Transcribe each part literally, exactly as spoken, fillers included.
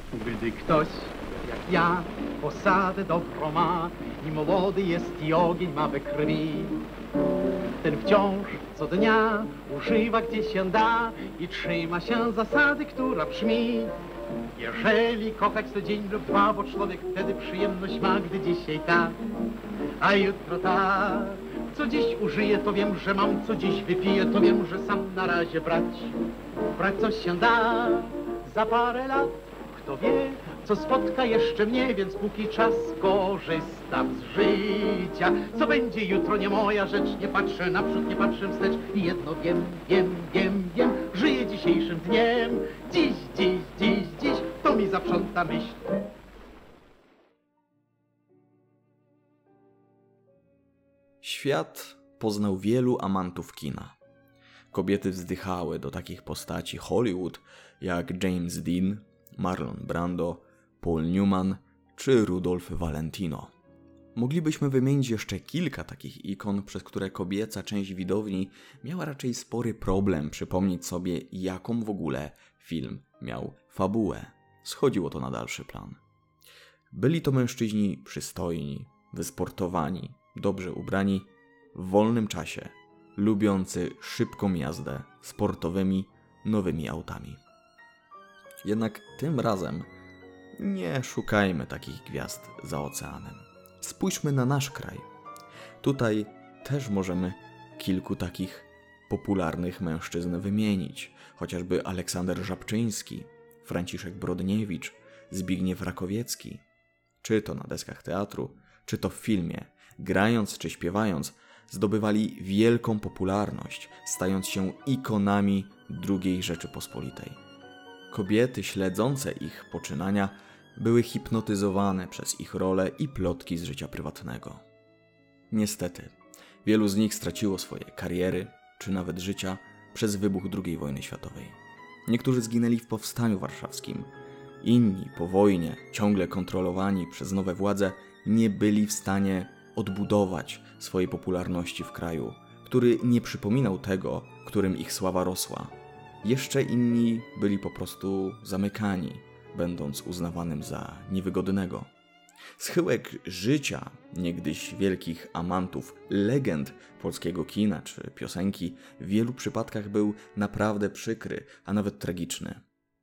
Gdy ktoś, jak ja, posadę dobrą ma i młody jest i ogień ma we krwi, ten wciąż co dnia używa gdzie się da i trzyma się zasady, która brzmi: jeżeli kochać co dzień lub dwa, bo człowiek wtedy przyjemność ma, gdy dzisiaj tak, a jutro tak. Co dziś użyję, to wiem, że mam, co dziś wypiję, to wiem, że sam na razie brać, brać coś się da. Za parę lat, kto wie, co spotka jeszcze mnie, więc póki czas korzystam z życia. Co będzie jutro, nie moja rzecz, nie patrzę naprzód, nie patrzę wstecz i jedno wiem, wiem, wiem, wiem, żyję dzisiejszym dniem. Dziś, dziś, dziś, dziś, to mi zaprząta myśl. Świat poznał wielu amantów kina. Kobiety wzdychały do takich postaci Hollywood jak James Dean, Marlon Brando, Paul Newman czy Rudolph Valentino. Moglibyśmy wymienić jeszcze kilka takich ikon, przez które kobieca część widowni miała raczej spory problem przypomnieć sobie, jaką w ogóle film miał fabułę. Schodziło to na dalszy plan. Byli to mężczyźni przystojni, wysportowani, dobrze ubrani, w wolnym czasie, lubiący szybką jazdę sportowymi, nowymi autami. Jednak tym razem nie szukajmy takich gwiazd za oceanem. Spójrzmy na nasz kraj. Tutaj też możemy kilku takich popularnych mężczyzn wymienić. Chociażby Aleksander Żabczyński, Franciszek Brodniewicz, Zbigniew Rakowiecki. Czy to na deskach teatru, czy to w filmie, grając czy śpiewając, zdobywali wielką popularność, stając się ikonami drugiej Rzeczypospolitej. Kobiety śledzące ich poczynania były hipnotyzowane przez ich role i plotki z życia prywatnego. Niestety, wielu z nich straciło swoje kariery, czy nawet życia przez wybuch drugiej wojny światowej. Niektórzy zginęli w Powstaniu Warszawskim, inni po wojnie, ciągle kontrolowani przez nowe władze, nie byli w stanie odbudować swojej popularności w kraju, który nie przypominał tego, którym ich sława rosła. Jeszcze inni byli po prostu zamykani, będąc uznawanym za niewygodnego. Schyłek życia niegdyś wielkich amantów, legend polskiego kina czy piosenki w wielu przypadkach był naprawdę przykry, a nawet tragiczny.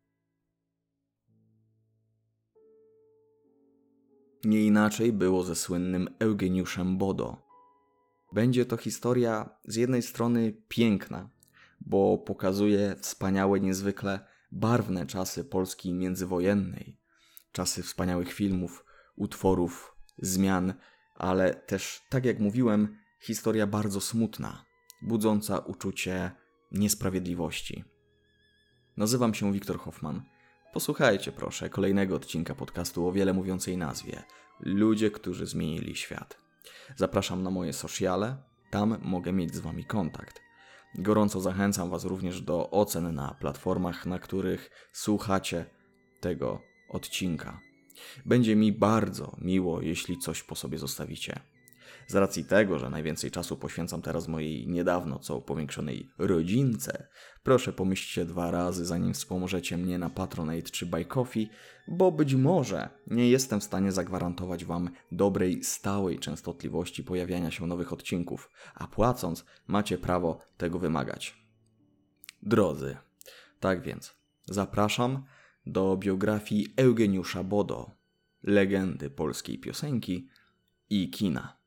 Nie inaczej było ze słynnym Eugeniuszem Bodo. Będzie to historia z jednej strony piękna, bo pokazuje wspaniałe, niezwykle barwne czasy Polski międzywojennej, czasy wspaniałych filmów, utworów, zmian, ale też, tak jak mówiłem, historia bardzo smutna, budząca uczucie niesprawiedliwości. Nazywam się Wiktor Hoffman. Posłuchajcie proszę kolejnego odcinka podcastu o wiele mówiącej nazwie Ludzie, którzy zmienili świat. Zapraszam na moje sociale, tam mogę mieć z wami kontakt. Gorąco zachęcam was również do ocen na platformach, na których słuchacie tego odcinka. Będzie mi bardzo miło, jeśli coś po sobie zostawicie. Z racji tego, że najwięcej czasu poświęcam teraz mojej niedawno co powiększonej rodzince, proszę pomyślcie dwa razy, zanim wspomożecie mnie na Patronite czy Buy Coffee, bo być może nie jestem w stanie zagwarantować wam dobrej, stałej częstotliwości pojawiania się nowych odcinków, a płacąc macie prawo tego wymagać. Drodzy, tak więc zapraszam do biografii Eugeniusza Bodo, legendy polskiej piosenki i kina.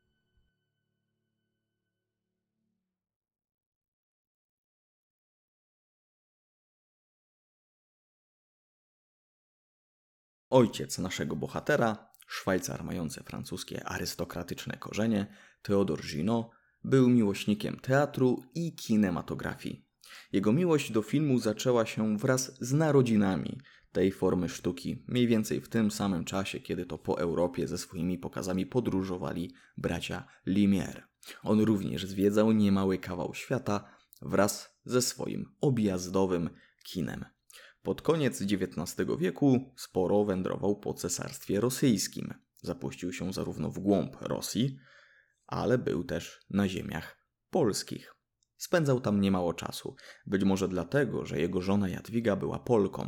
Ojciec naszego bohatera, Szwajcar mający francuskie arystokratyczne korzenie, Théodore Junot, był miłośnikiem teatru i kinematografii. Jego miłość do filmu zaczęła się wraz z narodzinami tej formy sztuki, mniej więcej w tym samym czasie, kiedy to po Europie ze swoimi pokazami podróżowali bracia Lumière. On również zwiedzał niemały kawał świata wraz ze swoim objazdowym kinem. Pod koniec dziewiętnastego wieku sporo wędrował po cesarstwie rosyjskim. Zapuścił się zarówno w głąb Rosji, ale był też na ziemiach polskich. Spędzał tam niemało czasu, być może dlatego, że jego żona Jadwiga była Polką.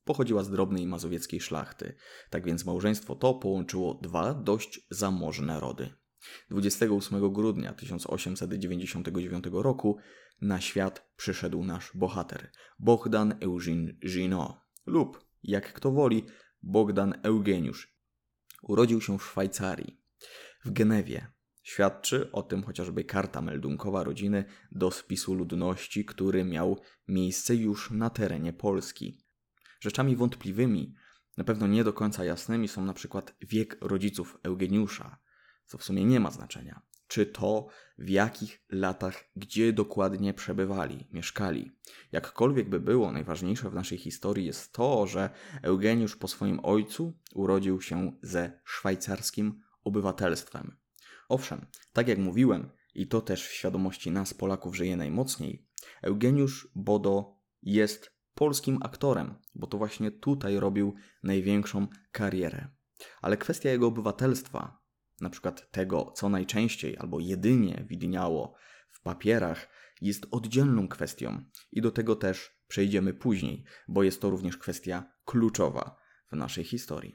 Pochodziła z drobnej mazowieckiej szlachty, tak więc małżeństwo to połączyło dwa dość zamożne rody. dwudziestego ósmego grudnia tysiąc osiemset dziewięćdziesiątego dziewiątego roku na świat przyszedł nasz bohater, Bogdan Eugene Ginot, lub, jak kto woli, Bogdan Eugeniusz. Urodził się w Szwajcarii, w Genewie. Świadczy o tym chociażby karta meldunkowa rodziny do spisu ludności, który miał miejsce już na terenie Polski. Rzeczami wątpliwymi, na pewno nie do końca jasnymi są na przykład wiek rodziców Eugeniusza, co w sumie nie ma znaczenia. Czy to, w jakich latach, gdzie dokładnie przebywali, mieszkali. Jakkolwiek by było, najważniejsze w naszej historii jest to, że Eugeniusz po swoim ojcu urodził się ze szwajcarskim obywatelstwem. Owszem, tak jak mówiłem, i to też w świadomości nas Polaków żyje najmocniej, Eugeniusz Bodo jest polskim aktorem, bo to właśnie tutaj robił największą karierę. Ale kwestia jego obywatelstwa, na przykład tego, co najczęściej albo jedynie widniało w papierach, jest oddzielną kwestią i do tego też przejdziemy później, bo jest to również kwestia kluczowa w naszej historii.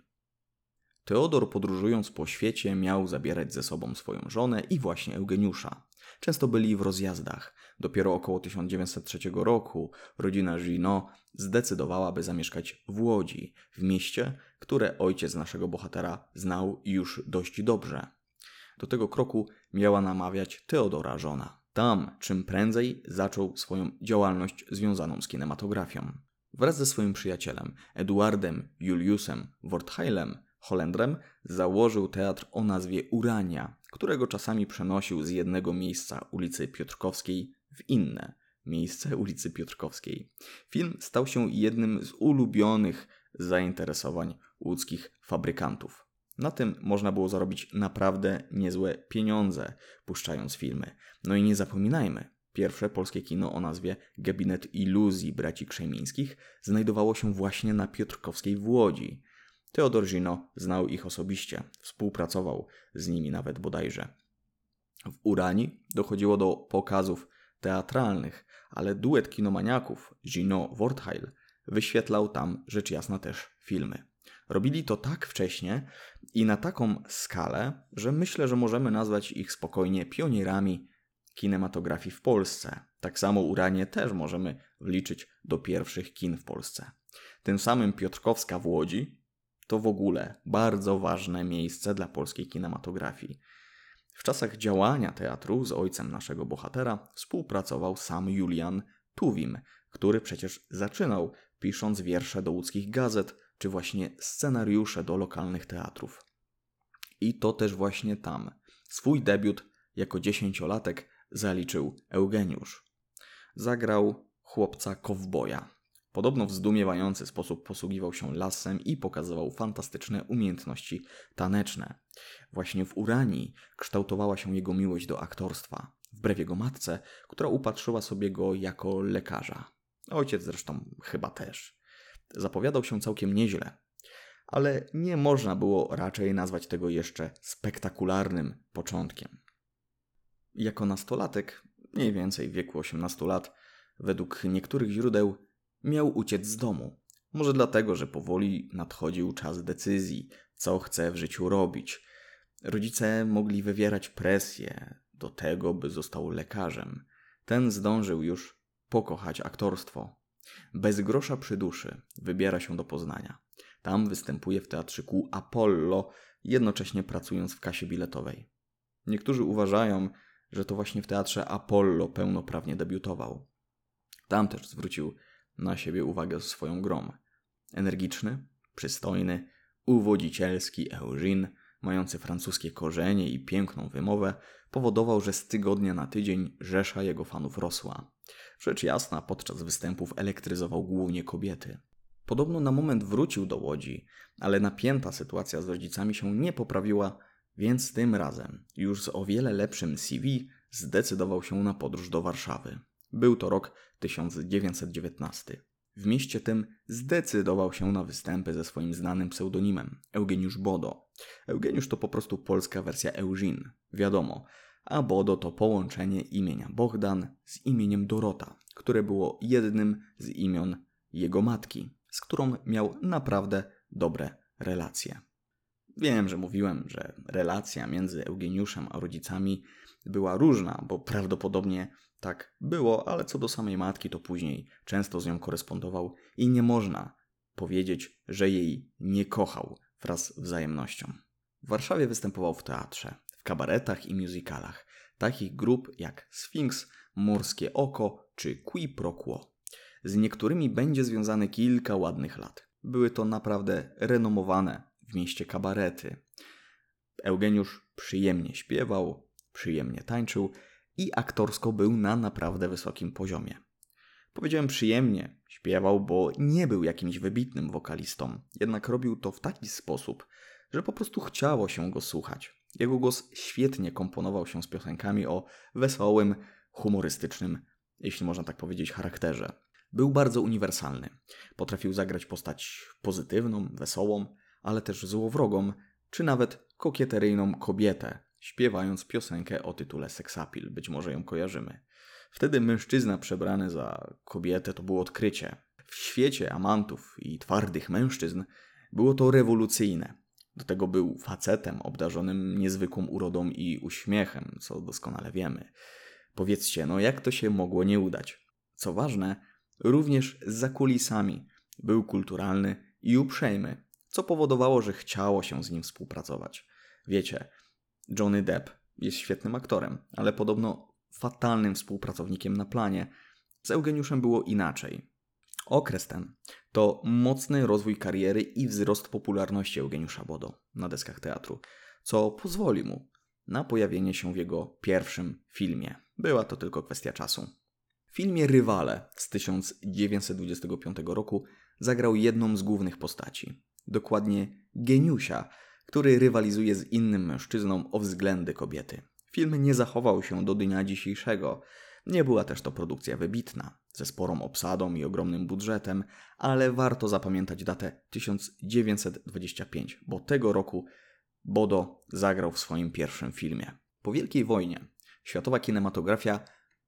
Teodor, podróżując po świecie, miał zabierać ze sobą swoją żonę i właśnie Eugeniusza. Często byli w rozjazdach. Dopiero około tysiąc dziewięćset trzeciego roku rodzina Ginot zdecydowała, by zamieszkać w Łodzi, w mieście, które ojciec naszego bohatera znał już dość dobrze. Do tego kroku miała namawiać Teodora żona. Tam czym prędzej zaczął swoją działalność związaną z kinematografią. Wraz ze swoim przyjacielem Eduardem Juliusem Wortheilem Holendrem założył teatr o nazwie Urania, którego czasami przenosił z jednego miejsca ulicy Piotrkowskiej w inne miejsce ulicy Piotrkowskiej. Film stał się jednym z ulubionych zainteresowań łódzkich fabrykantów. Na tym można było zarobić naprawdę niezłe pieniądze, puszczając filmy. No i nie zapominajmy, pierwsze polskie kino o nazwie Gabinet Iluzji braci Krzemińskich znajdowało się właśnie na Piotrkowskiej w Łodzi. Teodor Ginot znał ich osobiście, współpracował z nimi nawet bodajże. W Uranii dochodziło do pokazów teatralnych, ale duet kinomaniaków Ginot-Wortheil wyświetlał tam rzecz jasna też filmy. Robili to tak wcześnie i na taką skalę, że myślę, że możemy nazwać ich spokojnie pionierami kinematografii w Polsce. Tak samo Uranię też możemy wliczyć do pierwszych kin w Polsce. Tym samym Piotrkowska w Łodzi to w ogóle bardzo ważne miejsce dla polskiej kinematografii. W czasach działania teatru z ojcem naszego bohatera współpracował sam Julian Tuwim, który przecież zaczynał pisząc wiersze do łódzkich gazet, czy właśnie scenariusze do lokalnych teatrów. I to też właśnie tam swój debiut jako dziesięciolatek zaliczył Eugeniusz. Zagrał chłopca kowboja. Podobno w zdumiewający sposób posługiwał się lasem i pokazywał fantastyczne umiejętności taneczne. Właśnie w Uranii kształtowała się jego miłość do aktorstwa, wbrew jego matce, która upatrzyła sobie go jako lekarza. Ojciec zresztą chyba też. Zapowiadał się całkiem nieźle, ale nie można było raczej nazwać tego jeszcze spektakularnym początkiem. Jako nastolatek, mniej więcej w wieku osiemnastu lat, według niektórych źródeł miał uciec z domu. Może dlatego, że powoli nadchodził czas decyzji, co chce w życiu robić. Rodzice mogli wywierać presję do tego, by został lekarzem. Ten zdążył już pokochać aktorstwo. Bez grosza przy duszy wybiera się do Poznania. Tam występuje w teatrzyku Apollo, jednocześnie pracując w kasie biletowej. Niektórzy uważają, że to właśnie w teatrze Apollo pełnoprawnie debiutował. Tam też zwrócił na siebie uwagę swoją grą. Energiczny, przystojny, uwodzicielski Eugene, mający francuskie korzenie i piękną wymowę, powodował, że z tygodnia na tydzień rzesza jego fanów rosła. Rzecz jasna, podczas występów elektryzował głównie kobiety. Podobno na moment wrócił do Łodzi, ale napięta sytuacja z rodzicami się nie poprawiła, więc tym razem, już z o wiele lepszym C V, zdecydował się na podróż do Warszawy. Był to rok tysiąc dziewięćset dziewiętnasty. W mieście tym zdecydował się na występy ze swoim znanym pseudonimem Eugeniusz Bodo. Eugeniusz to po prostu polska wersja Eugene, wiadomo, a Bodo to połączenie imienia Bogdan z imieniem Dorota, które było jednym z imion jego matki. z którą miał naprawdę dobre relacje. Wiem, że mówiłem, że relacja między Eugeniuszem a rodzicami była różna, bo prawdopodobnie tak było, ale co do samej matki, to później często z nią korespondował i nie można powiedzieć, że jej nie kochał wraz z wzajemnością. W Warszawie występował w teatrze, w kabaretach i musicalach, takich grup jak Sfinks, Morskie Oko czy Qui Pro Quo. Z niektórymi będzie związany kilka ładnych lat. Były to naprawdę renomowane w mieście kabarety. Eugeniusz przyjemnie śpiewał, przyjemnie tańczył i aktorsko był na naprawdę wysokim poziomie. Powiedziałem przyjemnie śpiewał, bo nie był jakimś wybitnym wokalistą, jednak robił to w taki sposób, że po prostu chciało się go słuchać. Jego głos świetnie komponował się z piosenkami o wesołym, humorystycznym, jeśli można tak powiedzieć, charakterze. Był bardzo uniwersalny. Potrafił zagrać postać pozytywną, wesołą, ale też złowrogą, czy nawet kokieteryjną kobietę, śpiewając piosenkę o tytule Seksapil. Być może ją kojarzymy. Wtedy mężczyzna przebrany za kobietę to było odkrycie. W świecie amantów i twardych mężczyzn było to rewolucyjne. Do tego był facetem obdarzonym niezwykłą urodą i uśmiechem, co doskonale wiemy. Powiedzcie, no jak to się mogło nie udać? Co ważne, również za kulisami był kulturalny i uprzejmy, co powodowało, że chciało się z nim współpracować. Wiecie, Johnny Depp jest świetnym aktorem, ale podobno fatalnym współpracownikiem na planie. Z Eugeniuszem było inaczej. Okres ten to mocny rozwój kariery i wzrost popularności Eugeniusza Bodo na deskach teatru, co pozwoli mu na pojawienie się w jego pierwszym filmie. Była to tylko kwestia czasu. W filmie Rywale z tysiąc dziewięćset dwudziestego piątego roku zagrał jedną z głównych postaci, dokładnie geniusia, który rywalizuje z innym mężczyzną o względy kobiety. Film nie zachował się do dnia dzisiejszego. Nie była też to produkcja wybitna, ze sporą obsadą i ogromnym budżetem, ale warto zapamiętać datę tysiąc dziewięćset dwudziesty piąty, bo tego roku Bodo zagrał w swoim pierwszym filmie. Po Wielkiej Wojnie światowa kinematografia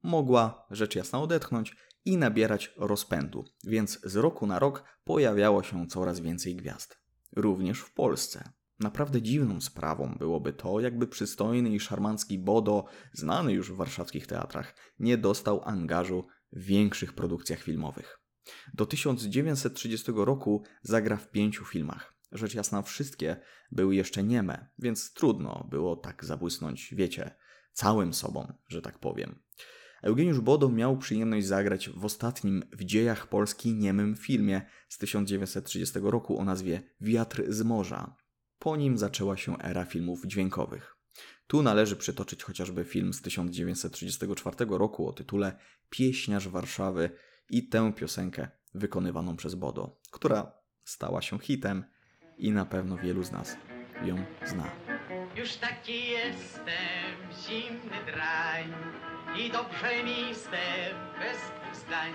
mogła rzecz jasna odetchnąć i nabierać rozpędu, więc z roku na rok pojawiało się coraz więcej gwiazd. Również w Polsce. Naprawdę dziwną sprawą byłoby to, jakby przystojny i szarmancki Bodo, znany już w warszawskich teatrach, nie dostał angażu w większych produkcjach filmowych. Do tysiąc dziewięćset trzydziestego roku zagra w pięciu filmach. Rzecz jasna, wszystkie były jeszcze nieme, więc trudno było tak zabłysnąć, wiecie, całym sobą, że tak powiem. Eugeniusz Bodo miał przyjemność zagrać w ostatnim w dziejach Polski niemym filmie z tysiąc dziewięćset trzydziestego roku o nazwie Wiatr z morza. Po nim zaczęła się era filmów dźwiękowych. Tu należy przytoczyć chociażby film z tysiąc dziewięćset trzydziestego czwartego roku o tytule Pieśniarz Warszawy i tę piosenkę wykonywaną przez Bodo, która stała się hitem i na pewno wielu z nas ją zna. Już taki jestem, zimny drań i dobrze mi jestem bez tych zdań.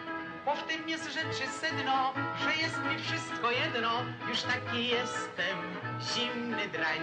Bo w tym jest rzeczy sedno, że jest mi wszystko jedno. Już taki jestem, zimny drań.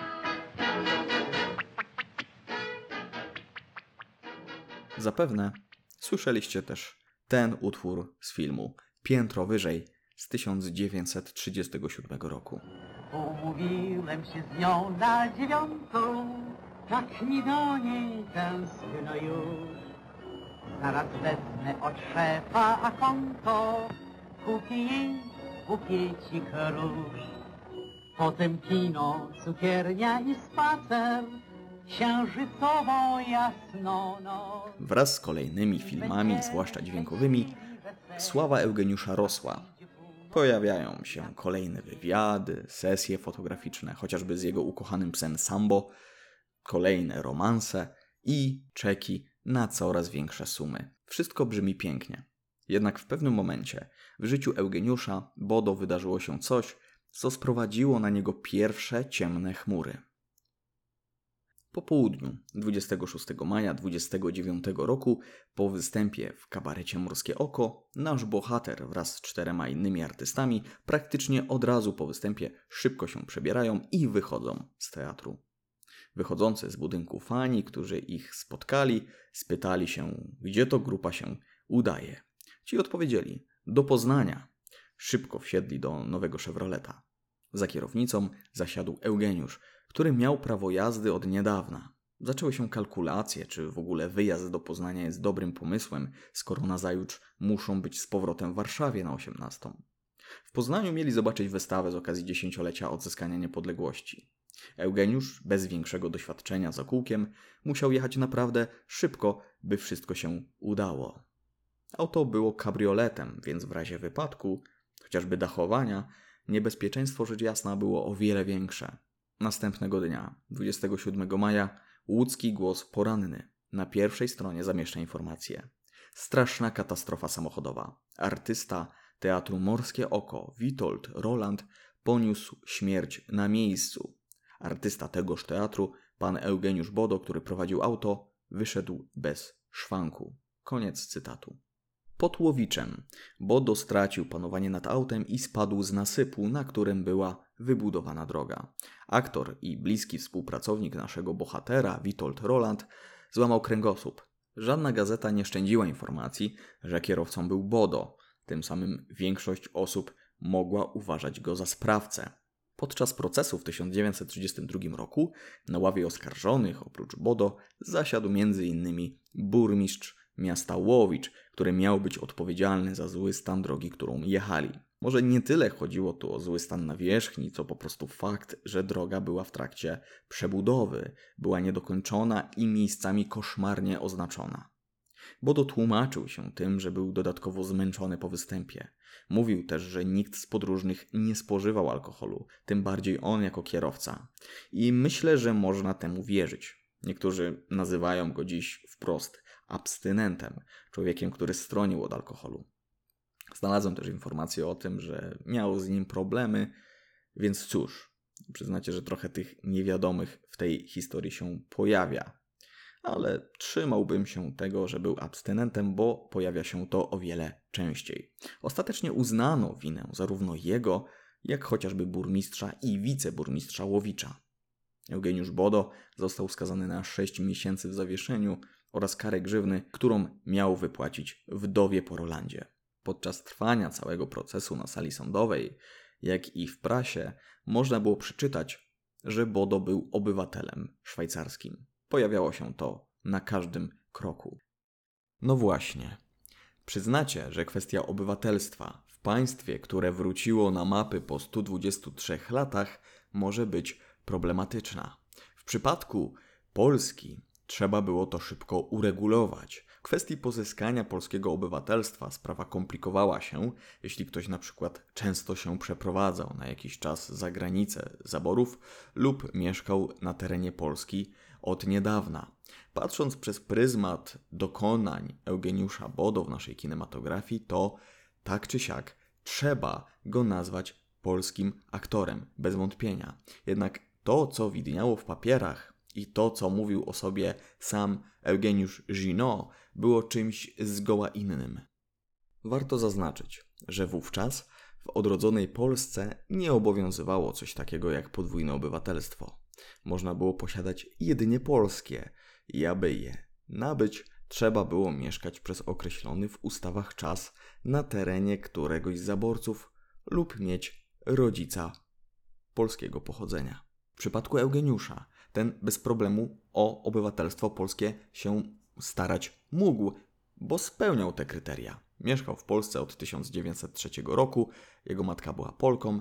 Zapewne słyszeliście też ten utwór z filmu Piętro wyżej z tysiąc dziewięćset trzydziestego siódmego roku. Umówiłem się z nią na dziewiątą, tak mi do niej tęskno już. Zaraz wezmę od szefa a konto, kupię jej bukiecik róż. Potem kino, cukiernia i spacer, księżycowo jasno noc. Wraz z kolejnymi filmami, zwłaszcza dźwiękowymi, sława Eugeniusza rosła. Pojawiają się kolejne wywiady, sesje fotograficzne, chociażby z jego ukochanym psem Sambo, kolejne romanse i czeki na coraz większe sumy. Wszystko brzmi pięknie. Jednak w pewnym momencie w życiu Eugeniusza Bodo wydarzyło się coś, co sprowadziło na niego pierwsze ciemne chmury. Po południu dwudziestego szóstego maja dwudziestego dziewiątego roku, po występie w kabarecie Morskie Oko, nasz bohater wraz z czterema innymi artystami praktycznie od razu po występie szybko się przebierają i wychodzą z teatru. Wychodzący z budynku fani, którzy ich spotkali, spytali się, gdzie to grupa się udaje. Ci odpowiedzieli, do Poznania. szybko wsiedli do nowego Chevroleta. Za kierownicą zasiadł Eugeniusz, który miał prawo jazdy od niedawna. Zaczęły się kalkulacje, czy w ogóle wyjazd do Poznania jest dobrym pomysłem, skoro nazajutrz muszą być z powrotem w Warszawie na osiemnastą. W Poznaniu mieli zobaczyć wystawę z okazji dziesięciolecia odzyskania niepodległości. Eugeniusz, bez większego doświadczenia za kółkiem, musiał jechać naprawdę szybko, by wszystko się udało. Auto było kabrioletem, więc w razie wypadku, chociażby dachowania, niebezpieczeństwo rzecz jasna było o wiele większe. Następnego dnia, dwudziestego siódmego maja, łódzki Głos Poranny. Na pierwszej stronie zamieszcza informację. Straszna katastrofa samochodowa. Artysta Teatru Morskie Oko, Witold Roland, poniósł śmierć na miejscu. Artysta tegoż teatru, pan Eugeniusz Bodo, który prowadził auto, wyszedł bez szwanku. Koniec cytatu. Pod Łowiczem Bodo stracił panowanie nad autem i spadł z nasypu, na którym była wybudowana droga. Aktor i bliski współpracownik naszego bohatera, Witold Roland, złamał kręgosłup. Żadna gazeta nie szczędziła informacji, że kierowcą był Bodo. Tym samym większość osób mogła uważać go za sprawcę. Podczas procesu w tysiąc dziewięćset trzydziestym drugim roku na ławie oskarżonych oprócz Bodo zasiadł między innymi burmistrz miasta Łowicz, który miał być odpowiedzialny za zły stan drogi, którą jechali. Może nie tyle chodziło tu o zły stan nawierzchni, co po prostu fakt, że droga była w trakcie przebudowy, była niedokończona i miejscami koszmarnie oznaczona. Bodo tłumaczył się tym, że był dodatkowo zmęczony po występie. Mówił też, że nikt z podróżnych nie spożywał alkoholu, tym bardziej on jako kierowca. I myślę, że można temu wierzyć. Niektórzy nazywają go dziś wprost abstynentem, człowiekiem, który stronił od alkoholu. Znalazłem też informację o tym, że miał z nim problemy, więc cóż, przyznacie, że trochę tych niewiadomych w tej historii się pojawia. Ale trzymałbym się tego, że był abstynentem, bo pojawia się to o wiele częściej. Ostatecznie uznano winę zarówno jego, jak chociażby burmistrza i wiceburmistrza Łowicza. Eugeniusz Bodo został skazany na sześć miesięcy w zawieszeniu oraz karę grzywny, którą miał wypłacić wdowie po Rolandzie. Podczas trwania całego procesu na sali sądowej, jak i w prasie, można było przeczytać, że Bodo był obywatelem szwajcarskim. Pojawiało się to na każdym kroku. No właśnie. Przyznacie, że kwestia obywatelstwa w państwie, które wróciło na mapy po stu dwudziestu trzech latach, może być problematyczna. W przypadku Polski trzeba było to szybko uregulować. W kwestii pozyskania polskiego obywatelstwa sprawa komplikowała się, jeśli ktoś na przykład często się przeprowadzał na jakiś czas za granicę zaborów lub mieszkał na terenie Polski od niedawna. Patrząc przez pryzmat dokonań Eugeniusza Bodo w naszej kinematografii, to tak czy siak trzeba go nazwać polskim aktorem, bez wątpienia. Jednak to, co widniało w papierach i to, co mówił o sobie sam Eugeniusz Ginot, było czymś zgoła innym. Warto zaznaczyć, że wówczas w odrodzonej Polsce nie obowiązywało coś takiego jak podwójne obywatelstwo. Można było posiadać jedynie polskie i aby je nabyć, trzeba było mieszkać przez określony w ustawach czas na terenie któregoś z zaborców lub mieć rodzica polskiego pochodzenia. W przypadku Eugeniusza ten bez problemu o obywatelstwo polskie się starać mógł, bo spełniał te kryteria. Mieszkał w Polsce od tysiąc dziewięćset trzeciego roku, jego matka była Polką.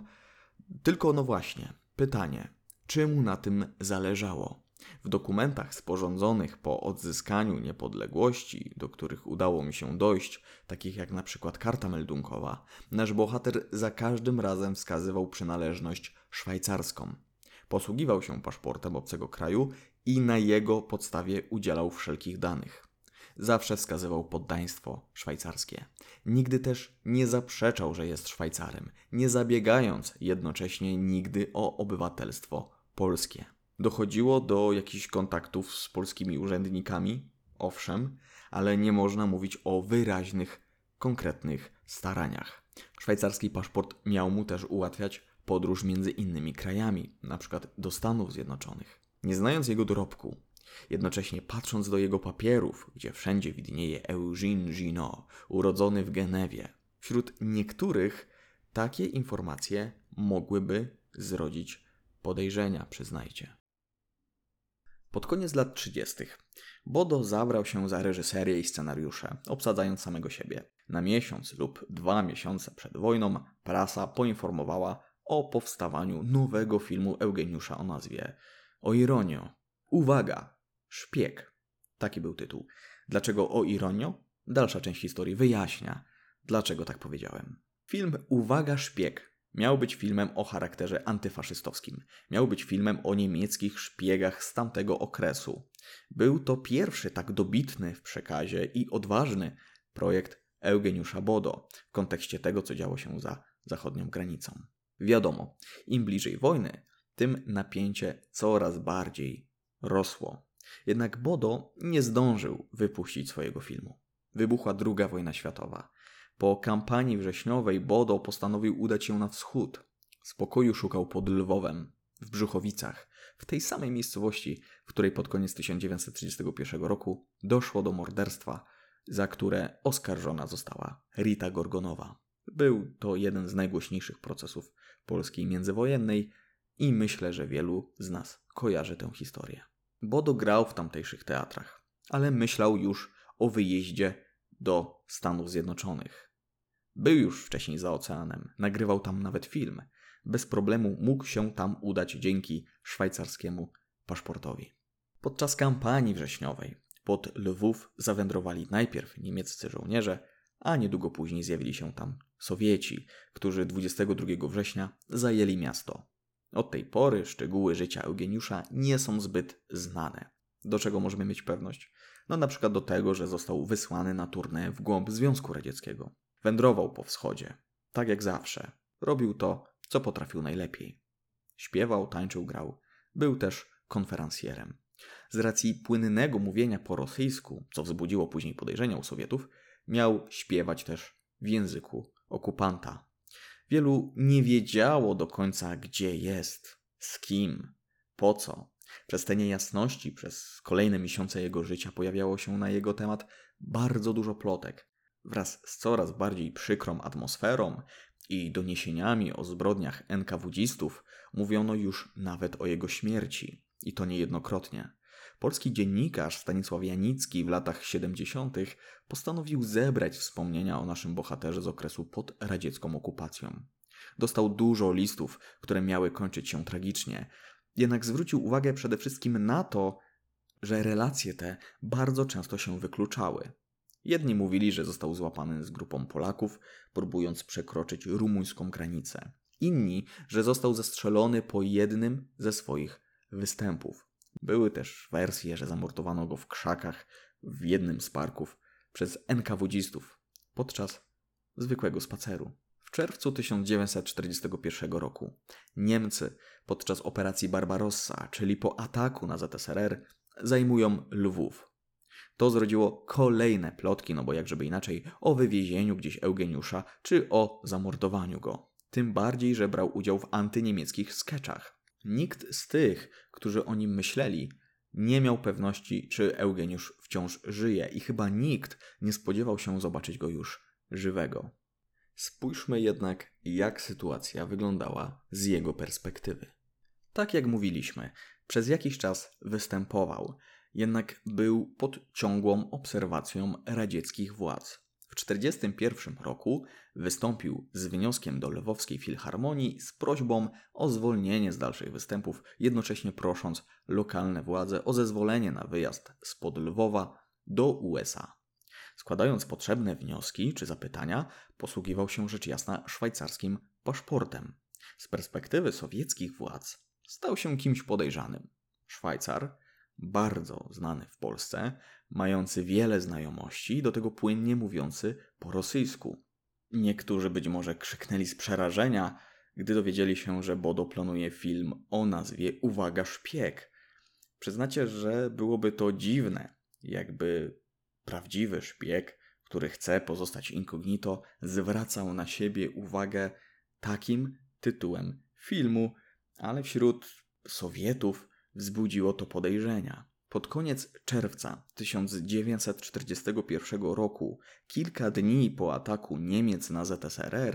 Tylko no właśnie, pytanie, czy mu na tym zależało? W dokumentach sporządzonych po odzyskaniu niepodległości, do których udało mi się dojść, takich jak na przykład karta meldunkowa, nasz bohater za każdym razem wskazywał przynależność szwajcarską. Posługiwał się paszportem obcego kraju i na jego podstawie udzielał wszelkich danych. Zawsze wskazywał poddaństwo szwajcarskie. Nigdy też nie zaprzeczał, że jest Szwajcarem, nie zabiegając jednocześnie nigdy o obywatelstwo polskie. Dochodziło do jakichś kontaktów z polskimi urzędnikami, owszem, ale nie można mówić o wyraźnych, konkretnych staraniach. Szwajcarski paszport miał mu też ułatwiać podróż między innymi krajami, na przykład do Stanów Zjednoczonych. Nie znając jego dorobku, jednocześnie patrząc do jego papierów, gdzie wszędzie widnieje Eugène Ginot, urodzony w Genewie, wśród niektórych Takie informacje mogłyby zrodzić podejrzenia, przyznajcie. Pod koniec lat trzydziestych Bodo zabrał się za reżyserię i scenariusze, obsadzając samego siebie. Na miesiąc lub dwa miesiące przed wojną prasa poinformowała o powstawaniu nowego filmu Eugeniusza o nazwie O ironio. Uwaga! Szpieg. Taki był tytuł. Dlaczego O ironio? Dalsza część historii wyjaśnia, dlaczego tak powiedziałem. Film Uwaga! Szpieg miał być filmem o charakterze antyfaszystowskim. Miał być filmem o niemieckich szpiegach z tamtego okresu. Był to pierwszy tak dobitny w przekazie i odważny projekt Eugeniusza Bodo w kontekście tego, co działo się za zachodnią granicą. Wiadomo, im bliżej wojny, tym napięcie coraz bardziej rosło. Jednak Bodo nie zdążył wypuścić swojego filmu. Wybuchła druga wojna światowa. Po kampanii wrześniowej Bodo postanowił udać się na wschód. Spokoju szukał pod Lwowem, w Brzuchowicach, w tej samej miejscowości, w której pod koniec tysiąc dziewięćset trzydziestego pierwszego roku doszło do morderstwa, za które oskarżona została Rita Gorgonowa. Był to jeden z najgłośniejszych procesów Polski międzywojennej i myślę, że wielu z nas kojarzy tę historię. Bodo grał w tamtejszych teatrach, ale myślał już o wyjeździe do Stanów Zjednoczonych. Był już wcześniej za oceanem, nagrywał tam nawet film. Bez problemu mógł się tam udać dzięki szwajcarskiemu paszportowi. Podczas kampanii wrześniowej pod Lwów zawędrowali najpierw niemieccy żołnierze, a niedługo później zjawili się tam Sowieci, którzy dwudziestego drugiego września zajęli miasto. Od tej pory szczegóły życia Eugeniusza nie są zbyt znane. Do czego możemy mieć pewność? No na przykład do tego, że został wysłany na turnę w głąb Związku Radzieckiego. Wędrował po wschodzie, tak jak zawsze. Robił to, co potrafił najlepiej. Śpiewał, tańczył, grał. Był też konferencjerem. Z racji płynnego mówienia po rosyjsku, co wzbudziło później podejrzenia u Sowietów, miał śpiewać też w języku okupanta. Wielu nie wiedziało do końca, gdzie jest, z kim, po co. Przez te niejasności, przez kolejne miesiące jego życia pojawiało się na jego temat bardzo dużo plotek. Wraz z coraz bardziej przykrą atmosferą i doniesieniami o zbrodniach en ka wu dzistów mówiono już nawet o jego śmierci. I to niejednokrotnie. Polski dziennikarz Stanisław Janicki w latach siedemdziesiątych postanowił zebrać wspomnienia o naszym bohaterze z okresu pod radziecką okupacją. Dostał dużo listów, które miały kończyć się tragicznie. Jednak zwrócił uwagę przede wszystkim na to, że relacje te bardzo często się wykluczały. Jedni mówili, że został złapany z grupą Polaków, próbując przekroczyć rumuńską granicę. Inni, że został zastrzelony po jednym ze swoich występów. Były też wersje, że zamordowano go w krzakach w jednym z parków przez en ka wu dzistów podczas zwykłego spaceru. W czerwcu tysiąc dziewięćset czterdziestego pierwszego roku Niemcy podczas operacji Barbarossa, czyli po ataku na zet es er er, zajmują Lwów. To zrodziło kolejne plotki, no bo jakżeby inaczej, o wywiezieniu gdzieś Eugeniusza czy o zamordowaniu go. Tym bardziej, że brał udział w antyniemieckich skeczach. Nikt z tych, którzy o nim myśleli, nie miał pewności, czy Eugeniusz wciąż żyje i chyba nikt nie spodziewał się zobaczyć go już żywego. Spójrzmy jednak, jak sytuacja wyglądała z jego perspektywy. Tak jak mówiliśmy, przez jakiś czas występował, jednak był pod ciągłą obserwacją radzieckich władz. W tysiąc dziewięćset czterdziestym pierwszym roku wystąpił z wnioskiem do Lwowskiej Filharmonii z prośbą o zwolnienie z dalszych występów, jednocześnie prosząc lokalne władze o zezwolenie na wyjazd spod Lwowa do u es a. Składając potrzebne wnioski czy zapytania, posługiwał się rzecz jasna szwajcarskim paszportem. Z perspektywy sowieckich władz stał się kimś podejrzanym. Szwajcar, bardzo znany w Polsce, mający wiele znajomości, do tego płynnie mówiący po rosyjsku. Niektórzy być może krzyknęli z przerażenia, gdy dowiedzieli się, że Bodo planuje film o nazwie Uwaga, szpieg. Przyznacie, że byłoby to dziwne, jakby prawdziwy szpieg, który chce pozostać incognito, zwracał na siebie uwagę takim tytułem filmu, ale wśród Sowietów wzbudziło to podejrzenia. Pod koniec czerwca tysiąc dziewięćset czterdziestego pierwszego roku, kilka dni po ataku Niemiec na zet es er er,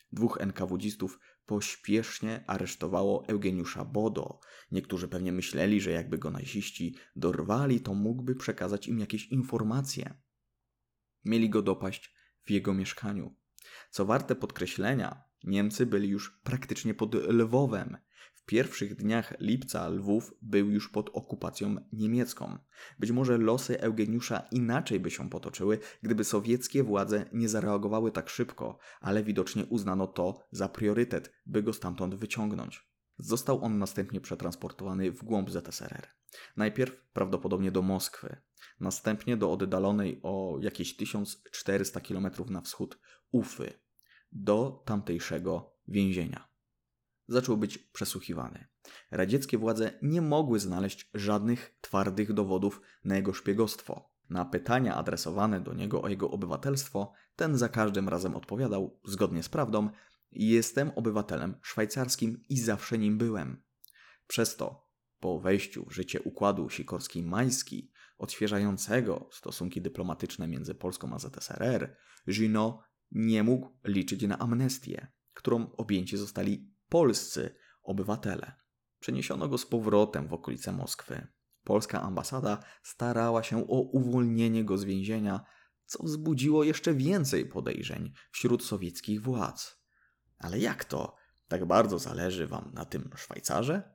Dwóch enkawudzistów pośpiesznie aresztowało Eugeniusza Bodo. Niektórzy pewnie myśleli, że jakby go naziści dorwali, to mógłby przekazać im jakieś informacje. Mieli go dopaść w jego mieszkaniu. Co warte podkreślenia, Niemcy byli już praktycznie pod Lwowem. W pierwszych dniach lipca Lwów był już pod okupacją niemiecką. Być może losy Eugeniusza inaczej by się potoczyły, gdyby sowieckie władze nie zareagowały tak szybko, ale widocznie uznano to za priorytet, by go stamtąd wyciągnąć. Został on następnie przetransportowany w głąb Z S R R. Najpierw prawdopodobnie do Moskwy, następnie do oddalonej o jakieś tysiąc czterysta kilometrów na wschód Ufy, do tamtejszego więzienia. Zaczął być przesłuchiwany. Radzieckie władze nie mogły znaleźć żadnych twardych dowodów na jego szpiegostwo. Na pytania adresowane do niego o jego obywatelstwo, ten za każdym razem odpowiadał, zgodnie z prawdą: jestem obywatelem szwajcarskim i zawsze nim byłem. Przez to, po wejściu w życie układu Sikorski-Majski, odświeżającego stosunki dyplomatyczne między Polską a Z S R R, Junot nie mógł liczyć na amnestię, którą objęci zostali polscy obywatele. Przeniesiono go z powrotem w okolice Moskwy. Polska ambasada starała się o uwolnienie go z więzienia, co wzbudziło jeszcze więcej podejrzeń wśród sowieckich władz. Ale jak to? Tak bardzo zależy wam na tym Szwajcarze?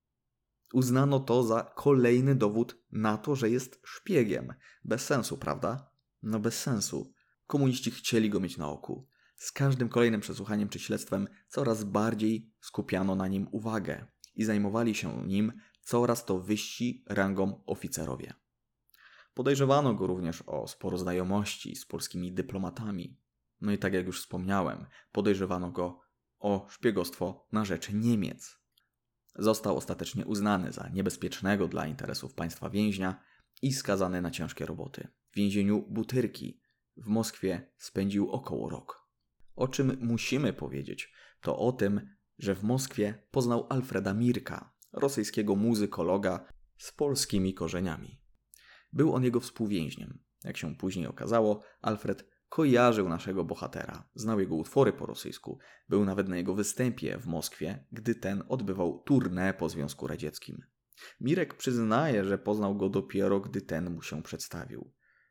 Uznano to za kolejny dowód na to, że jest szpiegiem. Bez sensu, prawda? No bez sensu. Komuniści chcieli go mieć na oku. Z każdym kolejnym przesłuchaniem czy śledztwem coraz bardziej skupiano na nim uwagę i zajmowali się nim coraz to wyżsi rangą oficerowie. Podejrzewano go również o sporo znajomości z polskimi dyplomatami. No i tak jak już wspomniałem, podejrzewano go o szpiegostwo na rzecz Niemiec. Został ostatecznie uznany za niebezpiecznego dla interesów państwa więźnia i skazany na ciężkie roboty. W więzieniu Butyrki w Moskwie spędził około rok. O czym musimy powiedzieć, to o tym, że w Moskwie poznał Alfreda Mirka, rosyjskiego muzykologa z polskimi korzeniami. Był on jego współwięźniem. Jak się później okazało, Alfred kojarzył naszego bohatera, znał jego utwory po rosyjsku, był nawet na jego występie w Moskwie, gdy ten odbywał tournée po Związku Radzieckim. Mirek przyznaje, że poznał go dopiero, gdy ten mu się przedstawił.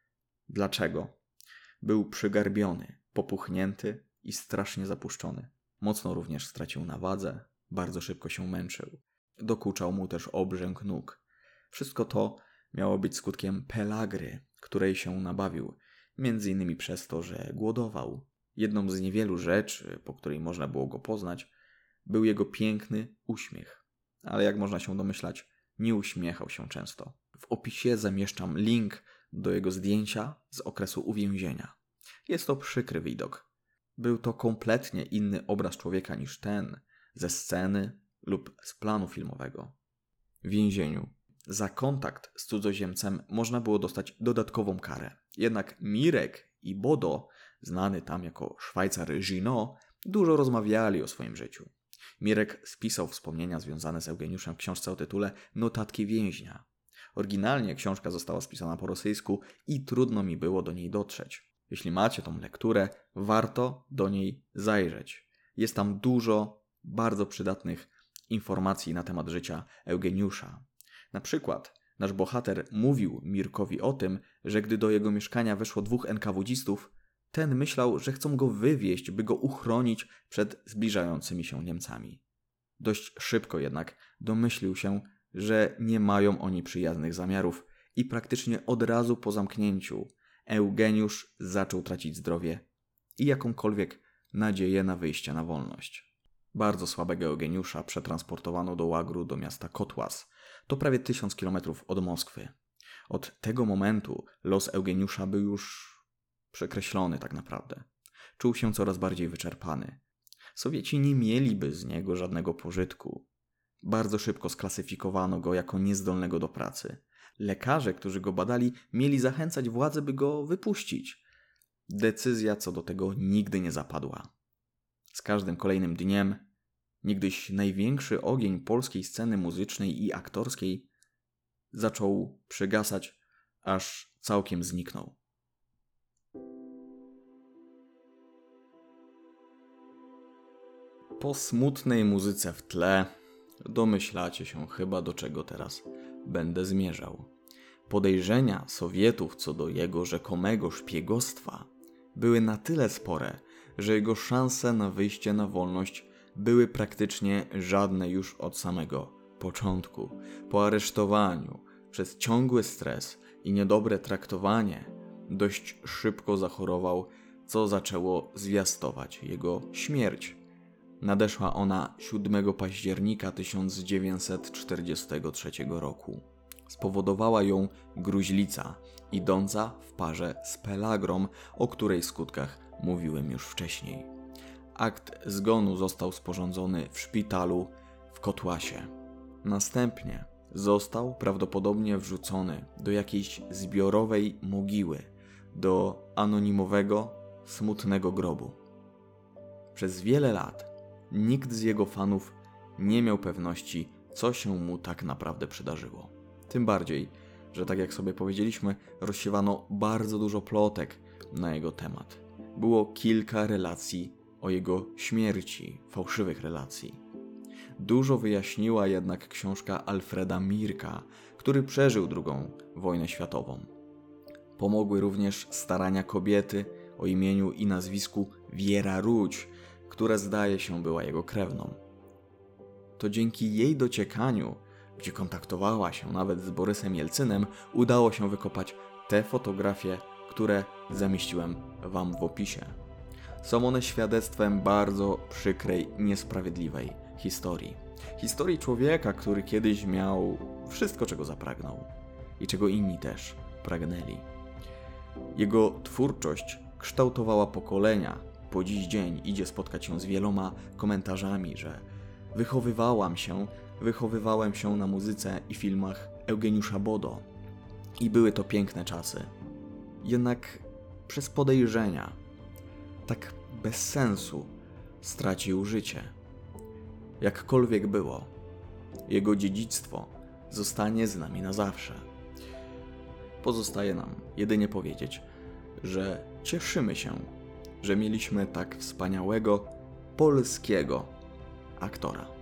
Dlaczego? Był przygarbiony, popuchnięty i strasznie zapuszczony. Mocno również stracił na wadze, bardzo szybko się męczył. Dokuczał mu też obrzęk nóg. Wszystko to miało być skutkiem pelagry, której się nabawił, między innymi przez to, że głodował. Jedną z niewielu rzeczy, po której można było go poznać, był jego piękny uśmiech. Ale jak można się domyślać, nie uśmiechał się często. W opisie zamieszczam link do jego zdjęcia z okresu uwięzienia. Jest to przykry widok. Był to kompletnie inny obraz człowieka niż ten ze sceny lub z planu filmowego. W więzieniu za kontakt z cudzoziemcem można było dostać dodatkową karę. Jednak Mirek i Bodo, znany tam jako Szwajcar Junot, dużo rozmawiali o swoim życiu. Mirek spisał wspomnienia związane z Eugeniuszem w książce o tytule Notatki więźnia. Oryginalnie książka została spisana po rosyjsku i trudno mi było do niej dotrzeć. Jeśli macie tą lekturę, warto do niej zajrzeć. Jest tam dużo bardzo przydatnych informacji na temat życia Eugeniusza. Na przykład nasz bohater mówił Mirkowi o tym, że gdy do jego mieszkania weszło dwóch enkawudzistów, ten myślał, że chcą go wywieźć, by go uchronić przed zbliżającymi się Niemcami. Dość szybko jednak domyślił się, że nie mają oni przyjaznych zamiarów i praktycznie od razu po zamknięciu Eugeniusz zaczął tracić zdrowie i jakąkolwiek nadzieję na wyjście na wolność. Bardzo słabego Eugeniusza przetransportowano do łagru do miasta Kotłas. To prawie tysiąc kilometrów od Moskwy. Od tego momentu los Eugeniusza był już przekreślony tak naprawdę. Czuł się coraz bardziej wyczerpany. Sowieci nie mieliby z niego żadnego pożytku. Bardzo szybko sklasyfikowano go jako niezdolnego do pracy. Lekarze, którzy go badali, mieli zachęcać władze, by go wypuścić. Decyzja co do tego nigdy nie zapadła. Z każdym kolejnym dniem niegdyś największy ogień polskiej sceny muzycznej i aktorskiej zaczął przygasać, aż całkiem zniknął. Po smutnej muzyce w tle domyślacie się chyba, do czego teraz będę zmierzał. Podejrzenia Sowietów co do jego rzekomego szpiegostwa były na tyle spore, że jego szanse na wyjście na wolność były praktycznie żadne już od samego początku. Po aresztowaniu, przez ciągły stres i niedobre traktowanie, dość szybko zachorował, co zaczęło zwiastować jego śmierć. Nadeszła ona siódmego października tysiąc dziewięćset czterdziestego trzeciego roku. Spowodowała ją gruźlica, idąca w parze z pelagrą, o której skutkach mówiłem już wcześniej. Akt zgonu został sporządzony w szpitalu w Kotłasie. Następnie został prawdopodobnie wrzucony do jakiejś zbiorowej mogiły, do anonimowego, smutnego grobu. Przez wiele lat nikt z jego fanów nie miał pewności, co się mu tak naprawdę przydarzyło. Tym bardziej, że tak jak sobie powiedzieliśmy, rozsiewano bardzo dużo plotek na jego temat. Było kilka relacji o jego śmierci, fałszywych relacji. Dużo wyjaśniła jednak książka Alfreda Mirka, który przeżył drugą wojnę światową. Pomogły również starania kobiety o imieniu i nazwisku Wiera Rudź, która zdaje się była jego krewną. To dzięki jej dociekaniu, gdzie kontaktowała się nawet z Borysem Jelcynem, udało się wykopać te fotografie, które zamieściłem wam w opisie. Są one świadectwem bardzo przykrej, niesprawiedliwej historii. Historii człowieka, który kiedyś miał wszystko, czego zapragnął i czego inni też pragnęli. Jego twórczość kształtowała pokolenia. Po dziś dzień idzie spotkać się z wieloma komentarzami, że wychowywałam się, wychowywałem się na muzyce i filmach Eugeniusza Bodo. I były to piękne czasy. Jednak przez podejrzenia, tak bez sensu, stracił życie. Jakkolwiek było, jego dziedzictwo zostanie z nami na zawsze. Pozostaje nam jedynie powiedzieć, że cieszymy się, że mieliśmy tak wspaniałego polskiego aktora.